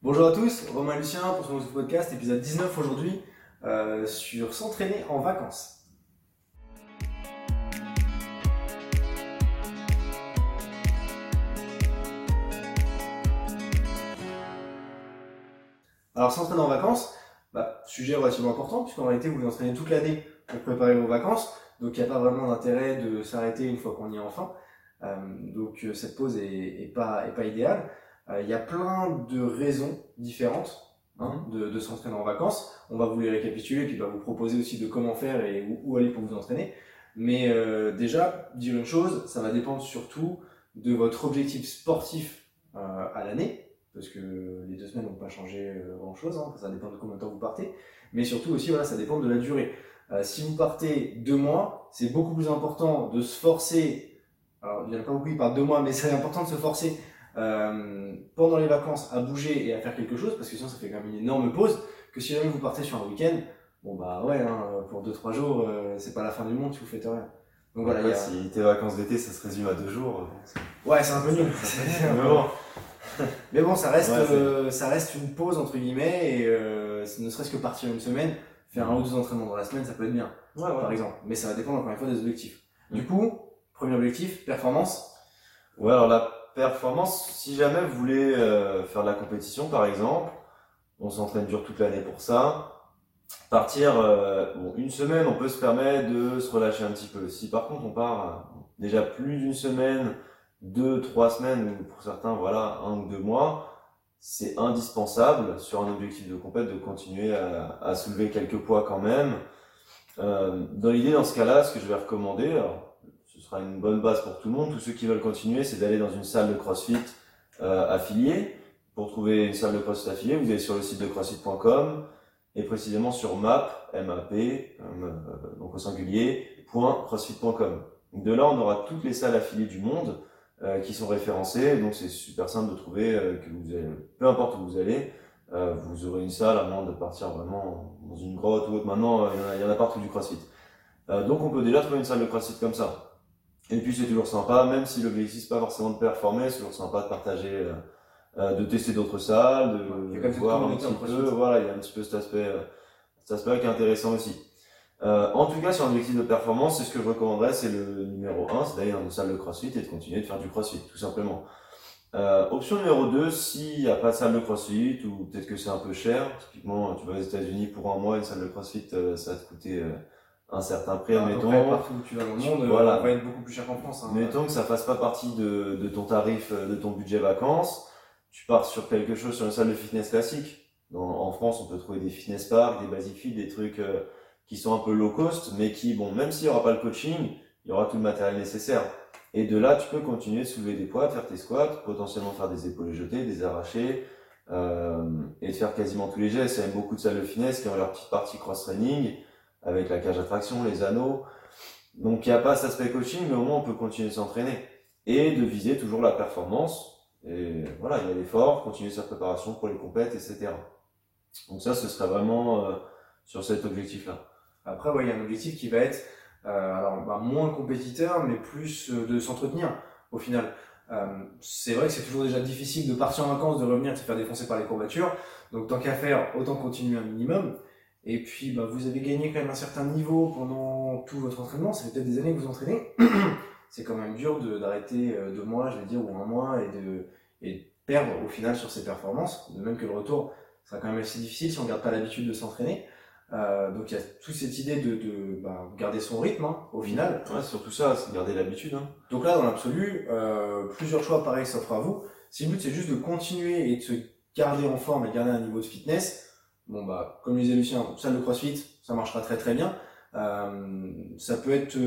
Bonjour à tous, Romain et Lucien pour ce nouveau podcast, épisode 19 aujourd'hui, sur s'entraîner en vacances. Alors s'entraîner en vacances, sujet relativement important puisqu'en réalité vous vous entraînez toute l'année pour préparer vos vacances, donc il n'y a pas vraiment d'intérêt de s'arrêter une fois qu'on y est enfin. Donc cette pause est pas idéale. Il y a plein de raisons différentes de s'entraîner en vacances. On va vous les récapituler et puis vous proposer aussi de comment faire et où aller pour vous entraîner. Mais déjà, dire une chose, ça va dépendre surtout de votre objectif sportif à l'année, parce que les 2 semaines n'ont pas changé grand-chose, ça dépend de combien de temps vous partez. Mais surtout aussi, ça dépend de la durée. Si vous partez 2 mois, c'est beaucoup plus important de se forcer. Alors, il n'y en a pas beaucoup qui partent 2 mois, mais c'est important de se forcer pendant les vacances à bouger et à faire quelque chose, parce que sinon ça fait quand même une énorme pause, que si jamais vous partez sur un week-end, pour 2-3 jours, c'est pas la fin du monde si vous faites rien. Donc voilà, si tes vacances d'été ça se résume à 2 jours. Ouais, c'est un peu nul. Mais bon, ça reste une pause entre guillemets, et ne serait-ce que partir une semaine, faire 1 ou 2 entraînements dans la semaine, ça peut être bien, par exemple. Mais ça va dépendre encore une fois des objectifs. Du coup, premier objectif, performance. Ouais, alors la performance, si jamais vous voulez faire de la compétition par exemple, on s'entraîne dur toute l'année pour ça. Partir une semaine, on peut se permettre de se relâcher un petit peu. Si par contre on part déjà plus d'une semaine, 2-3 semaines, ou pour certains 1 ou 2 mois, c'est indispensable sur un objectif de compète de continuer à soulever quelques poids quand même. Dans l'idée, dans ce cas-là, ce que je vais recommander, alors, ce sera une bonne base pour tout le monde, tous ceux qui veulent continuer, c'est d'aller dans une salle de CrossFit affiliée. Pour trouver une salle de CrossFit affiliée, vous allez sur le site de crossfit.com et précisément sur MAP, donc au singulier, .crossfit.com. Donc de là, on aura toutes les salles affiliées du monde qui sont référencées, donc c'est super simple de trouver que vous allez, peu importe où vous allez, vous aurez une salle à moins de partir vraiment dans une grotte ou autre. Maintenant, il y en a partout du CrossFit. Donc on peut déjà trouver une salle de CrossFit comme ça. Et puis c'est toujours sympa, même si l'objectif c'est pas forcément de performer, c'est toujours sympa de partager, de tester d'autres salles, de voir un petit peu, il y a un petit peu cet aspect qui est intéressant aussi. En tout cas, sur un objectif de performance, c'est ce que je recommanderais, c'est le numéro 1, c'est d'aller dans une salle de CrossFit et de continuer de faire du CrossFit, tout simplement. Option numéro 2, s'il n'y a pas de salle de CrossFit, ou peut-être que c'est un peu cher, typiquement, tu vas aux États-Unis pour 1 mois, une salle de CrossFit, ça va te coûter un certain prix, admettons. Partout où tu vas dans le monde, ça va être beaucoup plus cher qu'en France. Mettons que ça fasse pas partie de ton tarif, de ton budget vacances, tu pars sur quelque chose, sur une salle de fitness classique. En France, on peut trouver des fitness parks, des basic fit, des trucs qui sont un peu low cost, mais qui, même s'il y aura pas le coaching, il y aura tout le matériel nécessaire. Et de là, tu peux continuer de soulever des poids, de faire tes squats, potentiellement faire des épaules jetées, des arrachés, et de faire quasiment tous les gestes. Il y a même beaucoup de salles de fitness qui ont leur petite partie cross-training, avec la cage à traction, les anneaux. Donc il n'y a pas cet aspect coaching, mais au moins on peut continuer de s'entraîner. Et de viser toujours la performance. Et voilà, il y a l'effort, continuer sa préparation pour les compètes, etc. Donc ça, ce serait vraiment sur cet objectif-là. Après, il y a un objectif qui va être moins compétiteur, mais plus de s'entretenir au final. C'est vrai que c'est toujours déjà difficile de partir en vacances, de revenir, de se faire défoncer par les courbatures. Donc tant qu'à faire, autant continuer un minimum. Et puis vous avez gagné quand même un certain niveau pendant tout votre entraînement. Ça fait peut-être des années que vous entraînez. C'est quand même dur d'arrêter 2 mois, je vais dire, ou 1 mois, et de perdre au final sur ses performances. De même que le retour sera quand même assez difficile si on ne garde pas l'habitude de s'entraîner. Donc il y a toute cette idée de garder son rythme au final. Ouais, surtout ça, c'est garder l'habitude. Donc là, dans l'absolu, plusieurs choix pareils s'offrent à vous. Si le but c'est juste de continuer et de se garder en forme et garder un niveau de fitness, comme disait Lucien, salle de CrossFit, ça marchera très très bien. Ça peut être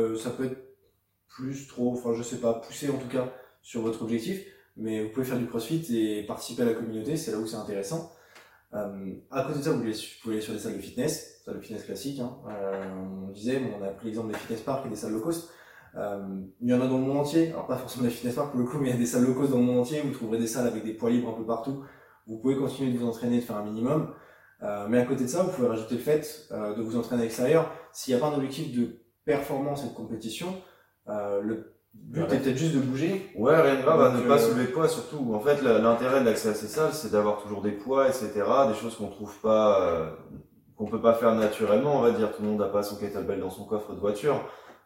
plus trop, je sais pas, poussé en tout cas sur votre objectif, mais vous pouvez faire du CrossFit et participer à la communauté, c'est là où c'est intéressant. À côté de ça, vous pouvez aller sur des salles de fitness classiques. On disait, on a pris l'exemple des fitness parks et des salles low cost. Il y en a dans le monde entier, alors pas forcément des fitness parks pour le coup, mais il y a des salles low cost dans le monde entier. Vous trouverez des salles avec des poids libres un peu partout. Vous pouvez continuer de vous entraîner, de faire un minimum. Mais à côté de ça, vous pouvez rajouter le fait de vous entraîner à l'extérieur. S'il n'y a pas un objectif de performance et de compétition, le Le but est peut-être juste de bouger. Ouais, rien de grave à Donc, ne pas soulever de poids surtout. En fait, l'intérêt de l'accès à ces salles, c'est d'avoir toujours des poids, etc. Des choses qu'on trouve pas, qu'on peut pas faire naturellement, on va dire. Tout le monde n'a pas son kettlebell dans son coffre de voiture,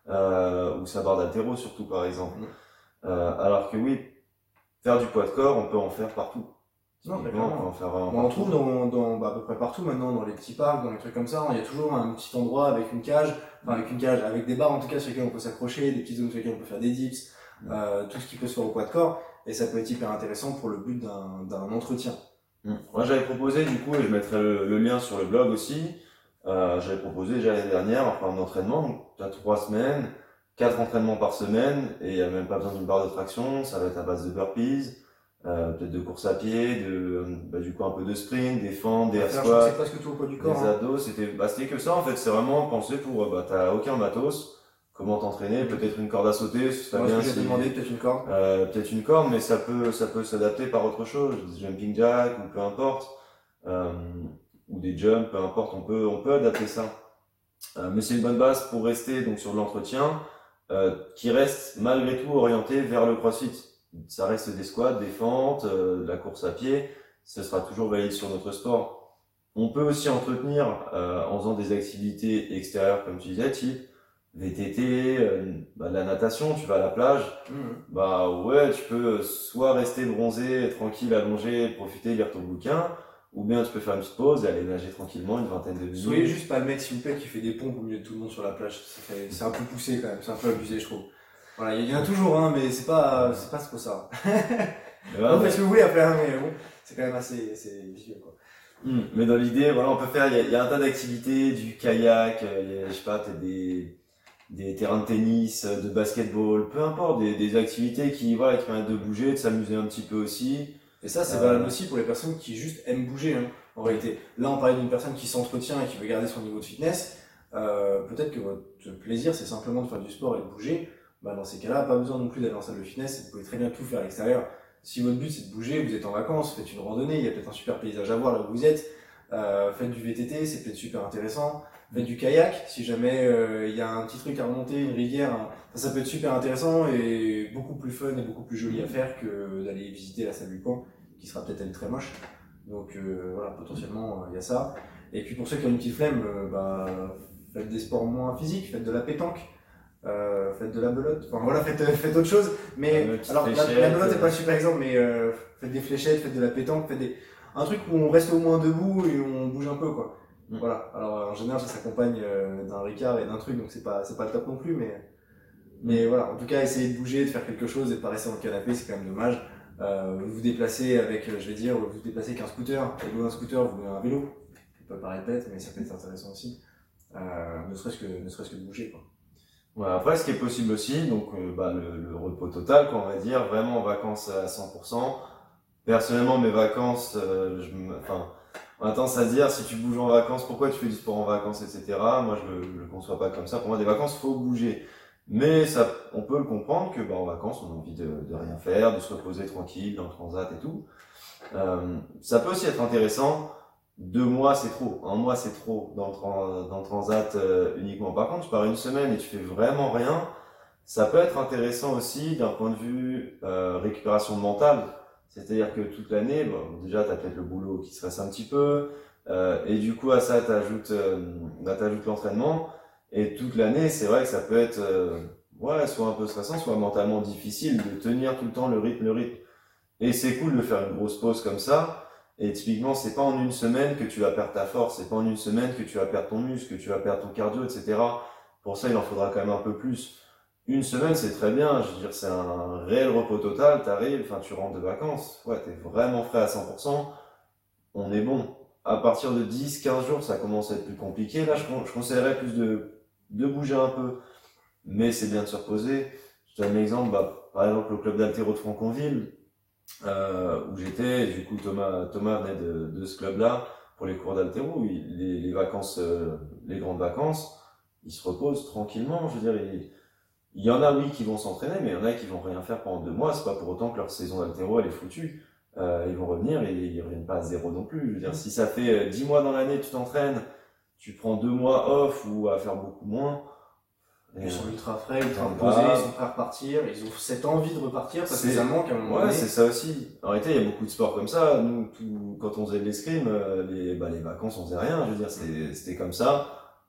ou sa barre d'haltéro surtout, par exemple. Alors que oui, faire du poids de corps, on peut en faire partout. Non, Typiquement, on peut en faire vraiment on en partout. trouve dans à peu près partout maintenant, dans les petits parcs, dans les trucs comme ça. Il y a toujours un petit endroit avec une cage, avec des barres en tout cas sur lesquelles on peut s'accrocher, des petites zones sur lesquelles on peut faire des dips, tout ce qui peut se faire au poids de corps. Et ça peut être hyper intéressant pour le but d'un entretien. Moi, j'avais proposé, du coup, et je mettrai le lien sur le blog aussi, j'avais proposé déjà l'année dernière, enfin, un entraînement, donc tu as 3 semaines, 4 entraînements par semaine, et il n'y a même pas besoin d'une barre de traction, ça va être à base de burpees, peut-être de course à pied, du coup un peu de sprint, des fentes, des air Je crois que squats, c'est presque tout au poids du corps. des abdos, c'était que ça en fait, c'est vraiment pensé pour, t'as aucun matos, comment t'entraîner, peut-être une corde à sauter, ce serait Moi, ce bien que j'ai si, demandé, peut-être une corde. peut-être une corde, mais ça peut s'adapter par autre chose, des jumping jack ou peu importe, euh, ou des jumps, peu importe, on peut adapter ça. Mais c'est une bonne base pour rester donc sur de l'entretien, qui reste malgré tout orienté vers le CrossFit. Ça reste des squats, des fentes, de la course à pied, ce sera toujours valide sur notre sport. On peut aussi entretenir en faisant des activités extérieures, comme tu disais, type VTT, de la natation, tu vas à la plage, bah ouais, tu peux soit rester bronzé, tranquille, allongé, profiter, lire ton bouquin, ou bien tu peux faire une petite pause et aller nager tranquillement une vingtaine de minutes. Soyez juste pas le mec, s'il vous plaît, qui fait des pompes au milieu de tout le monde sur la plage. C'est un peu poussé quand même, c'est un peu abusé, je trouve. Voilà, il y en a toujours, hein, mais c'est pas trop ça. Vous faites ce que vous voulez après, hein, mais bon, c'est quand même assez vicieux, quoi. Mais dans l'idée, voilà, on peut faire, il y a un tas d'activités, du kayak, je sais pas, peut-être des terrains de tennis, de basketball, peu importe, des activités qui permettent de bouger, de s'amuser un petit peu aussi. Et ça, c'est valable aussi pour les personnes qui juste aiment bouger, hein, en réalité. Là, on parlait d'une personne qui s'entretient et qui veut garder son niveau de fitness. Peut-être que votre plaisir, c'est simplement de faire du sport et de bouger. Bah, dans ces cas-là, pas besoin non plus d'aller en salle de fitness. Vous pouvez très bien tout faire à l'extérieur. Si votre but, c'est de bouger, vous êtes en vacances, faites une randonnée, il y a peut-être un super paysage à voir là où vous êtes. Faites du VTT, c'est peut-être super intéressant. Faites du kayak, si jamais il y a un petit truc à remonter, une rivière, ça peut être super intéressant et beaucoup plus fun et beaucoup plus joli à faire que d'aller visiter la salle du coin, qui sera peut-être elle très moche. Donc voilà, potentiellement il y a ça. Et puis pour ceux qui ont une petite flemme, faites des sports moins physiques, faites de la pétanque, faites de la belote, enfin voilà, faites autre chose. Mais alors la belote c'est pas un super exemple, mais faites des fléchettes, faites de la pétanque, un truc où on reste au moins debout et on bouge un peu, quoi. Voilà. Alors en général ça s'accompagne d'un Ricard et d'un truc, donc c'est pas le top non plus, mais voilà. En tout cas, essayez de bouger, de faire quelque chose et de pas rester dans le canapé, c'est quand même dommage. Vous vous déplacez avec, vous vous déplacez avec un scooter, et vous un scooter, vous voulez un vélo. Ça peut paraître bête, mais ça peut être intéressant aussi. Ne serait-ce que de bouger, quoi. Ouais, après, ce qui est possible aussi, donc le repos total, quoi, on va dire, vraiment en vacances à 100%. Personnellement, mes vacances, on a tendance à se dire, si tu bouges en vacances, pourquoi tu fais du sport en vacances, etc. Moi, je le conçois pas comme ça. Pour moi, des vacances, faut bouger. Mais ça, on peut le comprendre que, en vacances, on a envie de rien faire, de se reposer tranquille, dans le transat et tout. Ça peut aussi être intéressant. 2 mois, c'est trop. 1 mois, c'est trop dans le transat uniquement. Par contre, tu pars une semaine et tu fais vraiment rien. Ça peut être intéressant aussi d'un point de vue récupération mentale. C'est-à-dire que toute l'année, déjà, tu as peut-être le boulot qui stresse un petit peu. Et du coup, à ça, t'ajoutes l'entraînement. Et toute l'année, c'est vrai que ça peut être soit un peu stressant, soit mentalement difficile de tenir tout le temps le rythme. Et c'est cool de faire une grosse pause comme ça. Et typiquement, c'est pas en une semaine que tu vas perdre ta force, c'est pas en une semaine que tu vas perdre ton muscle, que tu vas perdre ton cardio, etc. Pour ça, il en faudra quand même un peu plus. Une semaine, c'est très bien, je veux dire, c'est un réel repos total, tu rentres de vacances, ouais, t'es vraiment frais à 100%, on est bon. À partir de 10-15 jours, ça commence à être plus compliqué. Là, je conseillerais plus de bouger un peu, mais c'est bien de se reposer. Je te donne un exemple, par exemple, le club d'haltéro de Franconville, où j'étais, et du coup Thomas venait de ce club-là pour les cours d'haltéro, les vacances, les grandes vacances, ils se reposent tranquillement, je veux dire, il y en a oui qui vont s'entraîner, mais il y en a qui vont rien faire pendant 2 mois, c'est pas pour autant que leur saison d'haltéro elle est foutue. Ils vont revenir et ils reviennent pas à zéro non plus, je veux dire, si ça fait 10 mois dans l'année tu t'entraînes, tu prends 2 mois off ou à faire beaucoup moins, Ils sont ultra frais, ultra Ouais. reposés, ils sont prêts à repartir, ils ont cette envie de repartir parce que ça manque à un moment Ouais, donné. c'est ça aussi. En réalité, il y a beaucoup de sports comme ça. Nous, quand on faisait de l'escrime, les vacances, on faisait rien. Je veux dire, c'était comme ça.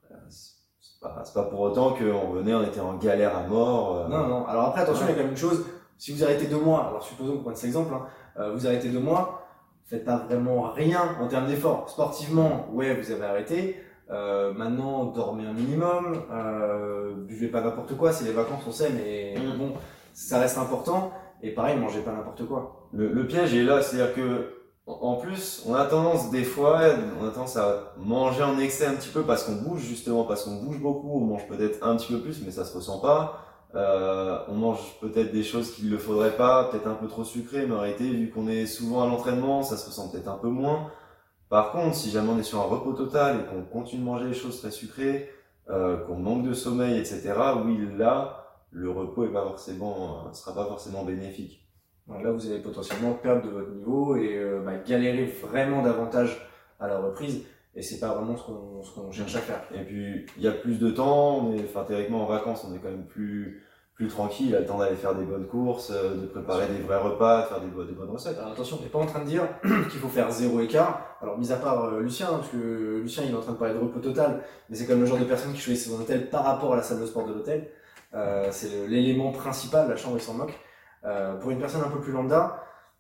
C'est pas pour autant qu'on venait, on était en galère à mort. Non, non. Alors après, attention, il y a quand même une chose. Si vous arrêtez 2 mois, alors supposons qu'on prenne cet exemple, hein, vous arrêtez 2 mois, faites pas vraiment rien en termes d'effort. Sportivement, ouais, vous avez arrêté. Maintenant, dormez un minimum, buvez pas n'importe quoi. C'est les vacances, on sait, mais bon, ça reste important. Et pareil, mangez pas n'importe quoi. Le piège est là, c'est-à-dire que en plus, on a tendance des fois, on a tendance à manger en excès un petit peu parce qu'on bouge justement, parce qu'on bouge beaucoup, on mange peut-être un petit peu plus, mais ça se ressent pas. On mange peut-être des choses qu'il ne faudrait pas, peut-être un peu trop sucré, mais en réalité, vu qu'on est souvent à l'entraînement, ça se ressent peut-être un peu moins. Par contre, si jamais on est sur un repos total et qu'on continue de manger des choses très sucrées, qu'on manque de sommeil, etc., oui, là, le repos sera pas forcément bénéfique. Donc là, vous allez potentiellement perdre de votre niveau et galérer vraiment davantage à la reprise. Et c'est pas vraiment ce qu'on cherche à faire. Et puis, il y a plus de temps, théoriquement en vacances, on est quand même plus tranquille, il a le temps d'aller faire des bonnes courses, de préparer des vrais repas, de faire des bonnes recettes. Alors attention, on n'est pas en train de dire qu'il faut faire 0 écart. Alors, mis à part Lucien, parce que Lucien, il est en train de parler de repos total, mais c'est comme le genre de personne qui choisit son hôtel par rapport à la salle de sport de l'hôtel. C'est l'élément principal, la chambre, il s'en moque. Pour une personne un peu plus lambda,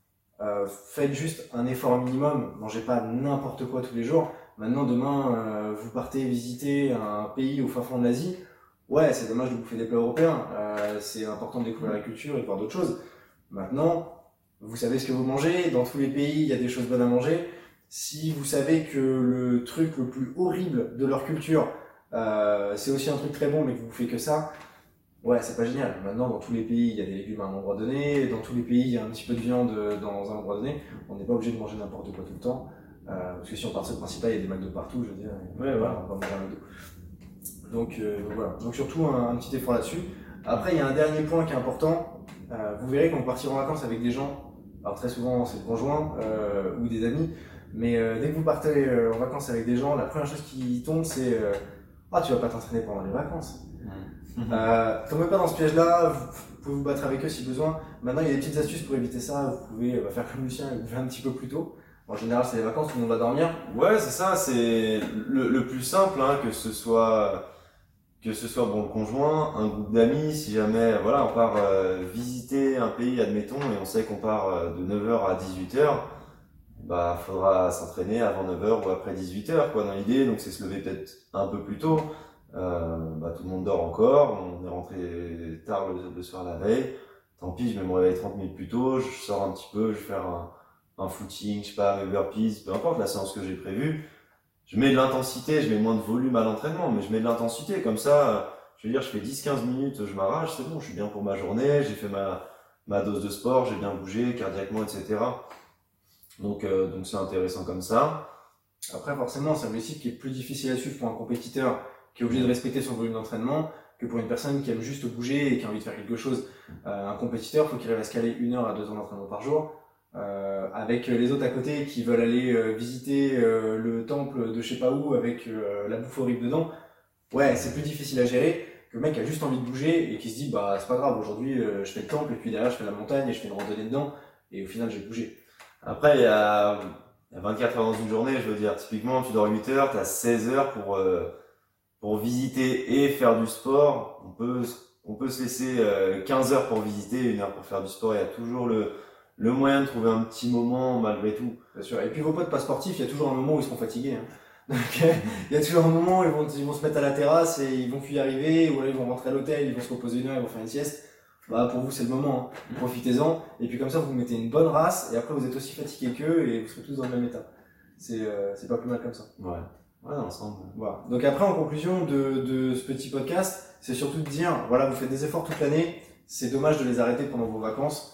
faites juste un effort minimum, mangez pas n'importe quoi tous les jours. Maintenant, demain, vous partez visiter un pays au fin fond de l'Asie. Ouais, c'est dommage de bouffer des plats européens. C'est important de découvrir la culture et de voir d'autres choses. Maintenant, vous savez ce que vous mangez. Dans tous les pays, il y a des choses bonnes à manger. Si vous savez que le truc le plus horrible de leur culture, c'est aussi un truc très bon, mais que vous bouffez que ça, ouais, c'est pas génial. Maintenant, dans tous les pays, il y a des légumes à un endroit donné. Dans tous les pays, il y a un petit peu de viande dans un endroit donné. On n'est pas obligé de manger n'importe quoi tout le temps. Parce que si on part sur le principal, il y a des McDo partout, je veux dire. Ouais, voilà, on va manger un McDo. Donc voilà. Donc surtout un petit effort là-dessus. Après, il y a un dernier point qui est important. Vous verrez quand vous partirez en vacances avec des gens, alors très souvent c'est le conjoint ou des amis, mais dès que vous partez en vacances avec des gens, la première chose qui tombe c'est ah, tu vas pas t'entraîner pendant les vacances. Tombez pas dans ce piège-là, vous pouvez vous battre avec eux si besoin. Maintenant, il y a des petites astuces pour éviter ça. Vous pouvez faire comme Lucien et vous faire un petit peu plus tôt. En général, c'est les vacances, tout le monde va dormir. Ouais, c'est ça, c'est le plus simple, hein, que ce soit bon, le conjoint, un groupe d'amis, si jamais voilà, on part visiter un pays, admettons, et on sait qu'on part de 9h à 18h, bah faudra s'entraîner avant 9h ou après 18h, quoi, dans l'idée. Donc c'est se lever peut-être un peu plus tôt. Tout le monde dort encore, on est rentré tard le soir la veille. Tant pis, je vais me réveiller 30 minutes plus tôt, je sors un petit peu, je vais faire un footing, je sais pas, mes burpees, peu importe la séance que j'ai prévue. Je mets de l'intensité, je mets moins de volume à l'entraînement, mais je mets de l'intensité, comme ça, je veux dire, je fais 10-15 minutes, je m'arrache, c'est bon, je suis bien pour ma journée, j'ai fait ma dose de sport, j'ai bien bougé cardiaquement, etc. Donc c'est intéressant comme ça. Après, forcément, c'est un récit qui est plus difficile à suivre pour un compétiteur qui est obligé de respecter son volume d'entraînement que pour une personne qui aime juste bouger et qui a envie de faire quelque chose. Un compétiteur, faut qu'il arrive à se caler 1 heure à 2 heures d'entraînement par jour. Avec les autres à côté qui veulent aller visiter le temple de je sais pas où avec la bouffe horrible dedans, ouais, c'est plus difficile à gérer que le mec a juste envie de bouger et qui se dit bah c'est pas grave, aujourd'hui je fais le temple et puis derrière je fais la montagne et je fais une randonnée dedans et au final j'ai bougé. Après, il y a 24 heures dans une journée, je veux dire, typiquement tu dors 8 heures, tu as 16 heures pour visiter et faire du sport. On peut se laisser 15 heures pour visiter, 1 heure pour faire du sport. Il y a toujours le moyen de trouver un petit moment malgré tout. Bien sûr. Et puis vos potes pas sportifs, il y a toujours un moment où ils seront fatigués. Hein. Donc il y a toujours un moment où ils vont se mettre à la terrasse et ils vont plus y arriver, ou là ils vont rentrer à l'hôtel, ils vont se reposer 1 heure, ils vont faire une sieste. Bah pour vous c'est le moment, hein. Profitez-en. Et puis comme ça vous mettez une bonne race et après vous êtes aussi fatigués qu'eux et vous serez tous dans le même état. C'est pas plus mal comme ça. Ouais. Ouais, ensemble. Voilà. Donc après, en conclusion de ce petit podcast, c'est surtout de dire, voilà, vous faites des efforts toute l'année, c'est dommage de les arrêter pendant vos vacances.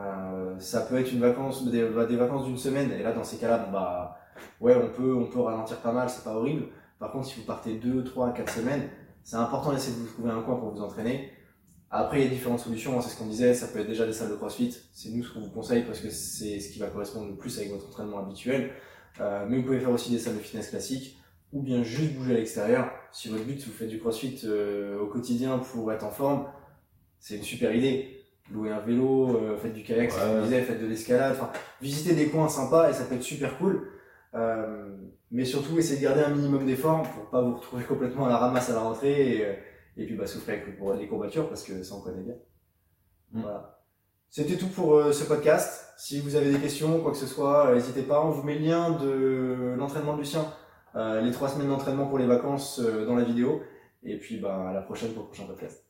Ça peut être des vacances d'une semaine, et là, dans ces cas-là, bon, bah, ouais, on peut ralentir pas mal, c'est pas horrible. Par contre, si vous partez 2, 3, 4 semaines, c'est important d'essayer de vous trouver un coin pour vous entraîner. Après, il y a différentes solutions, hein, c'est ce qu'on disait, ça peut être déjà des salles de CrossFit, c'est nous ce qu'on vous conseille parce que c'est ce qui va correspondre le plus avec votre entraînement habituel. Mais vous pouvez faire aussi des salles de fitness classiques. ou bien juste bouger à l'extérieur. Si votre but, vous faites du crossfit au quotidien pour être en forme, c'est une super idée. Louer un vélo, faites du kayak, c'est ce qu'on disait, faites de l'escalade, enfin, visitez des coins sympas et ça peut être super cool. Mais surtout, essayez de garder un minimum d'effort pour pas vous retrouver complètement à la ramasse à la rentrée et puis souffrir avec les courbatures parce que ça on connaît bien. Voilà. C'était tout pour ce podcast. Si vous avez des questions, quoi que ce soit, n'hésitez pas. On vous met le lien de l'entraînement de Lucien, les 3 semaines d'entraînement pour les vacances dans la vidéo. Et puis à la prochaine pour le prochain podcast.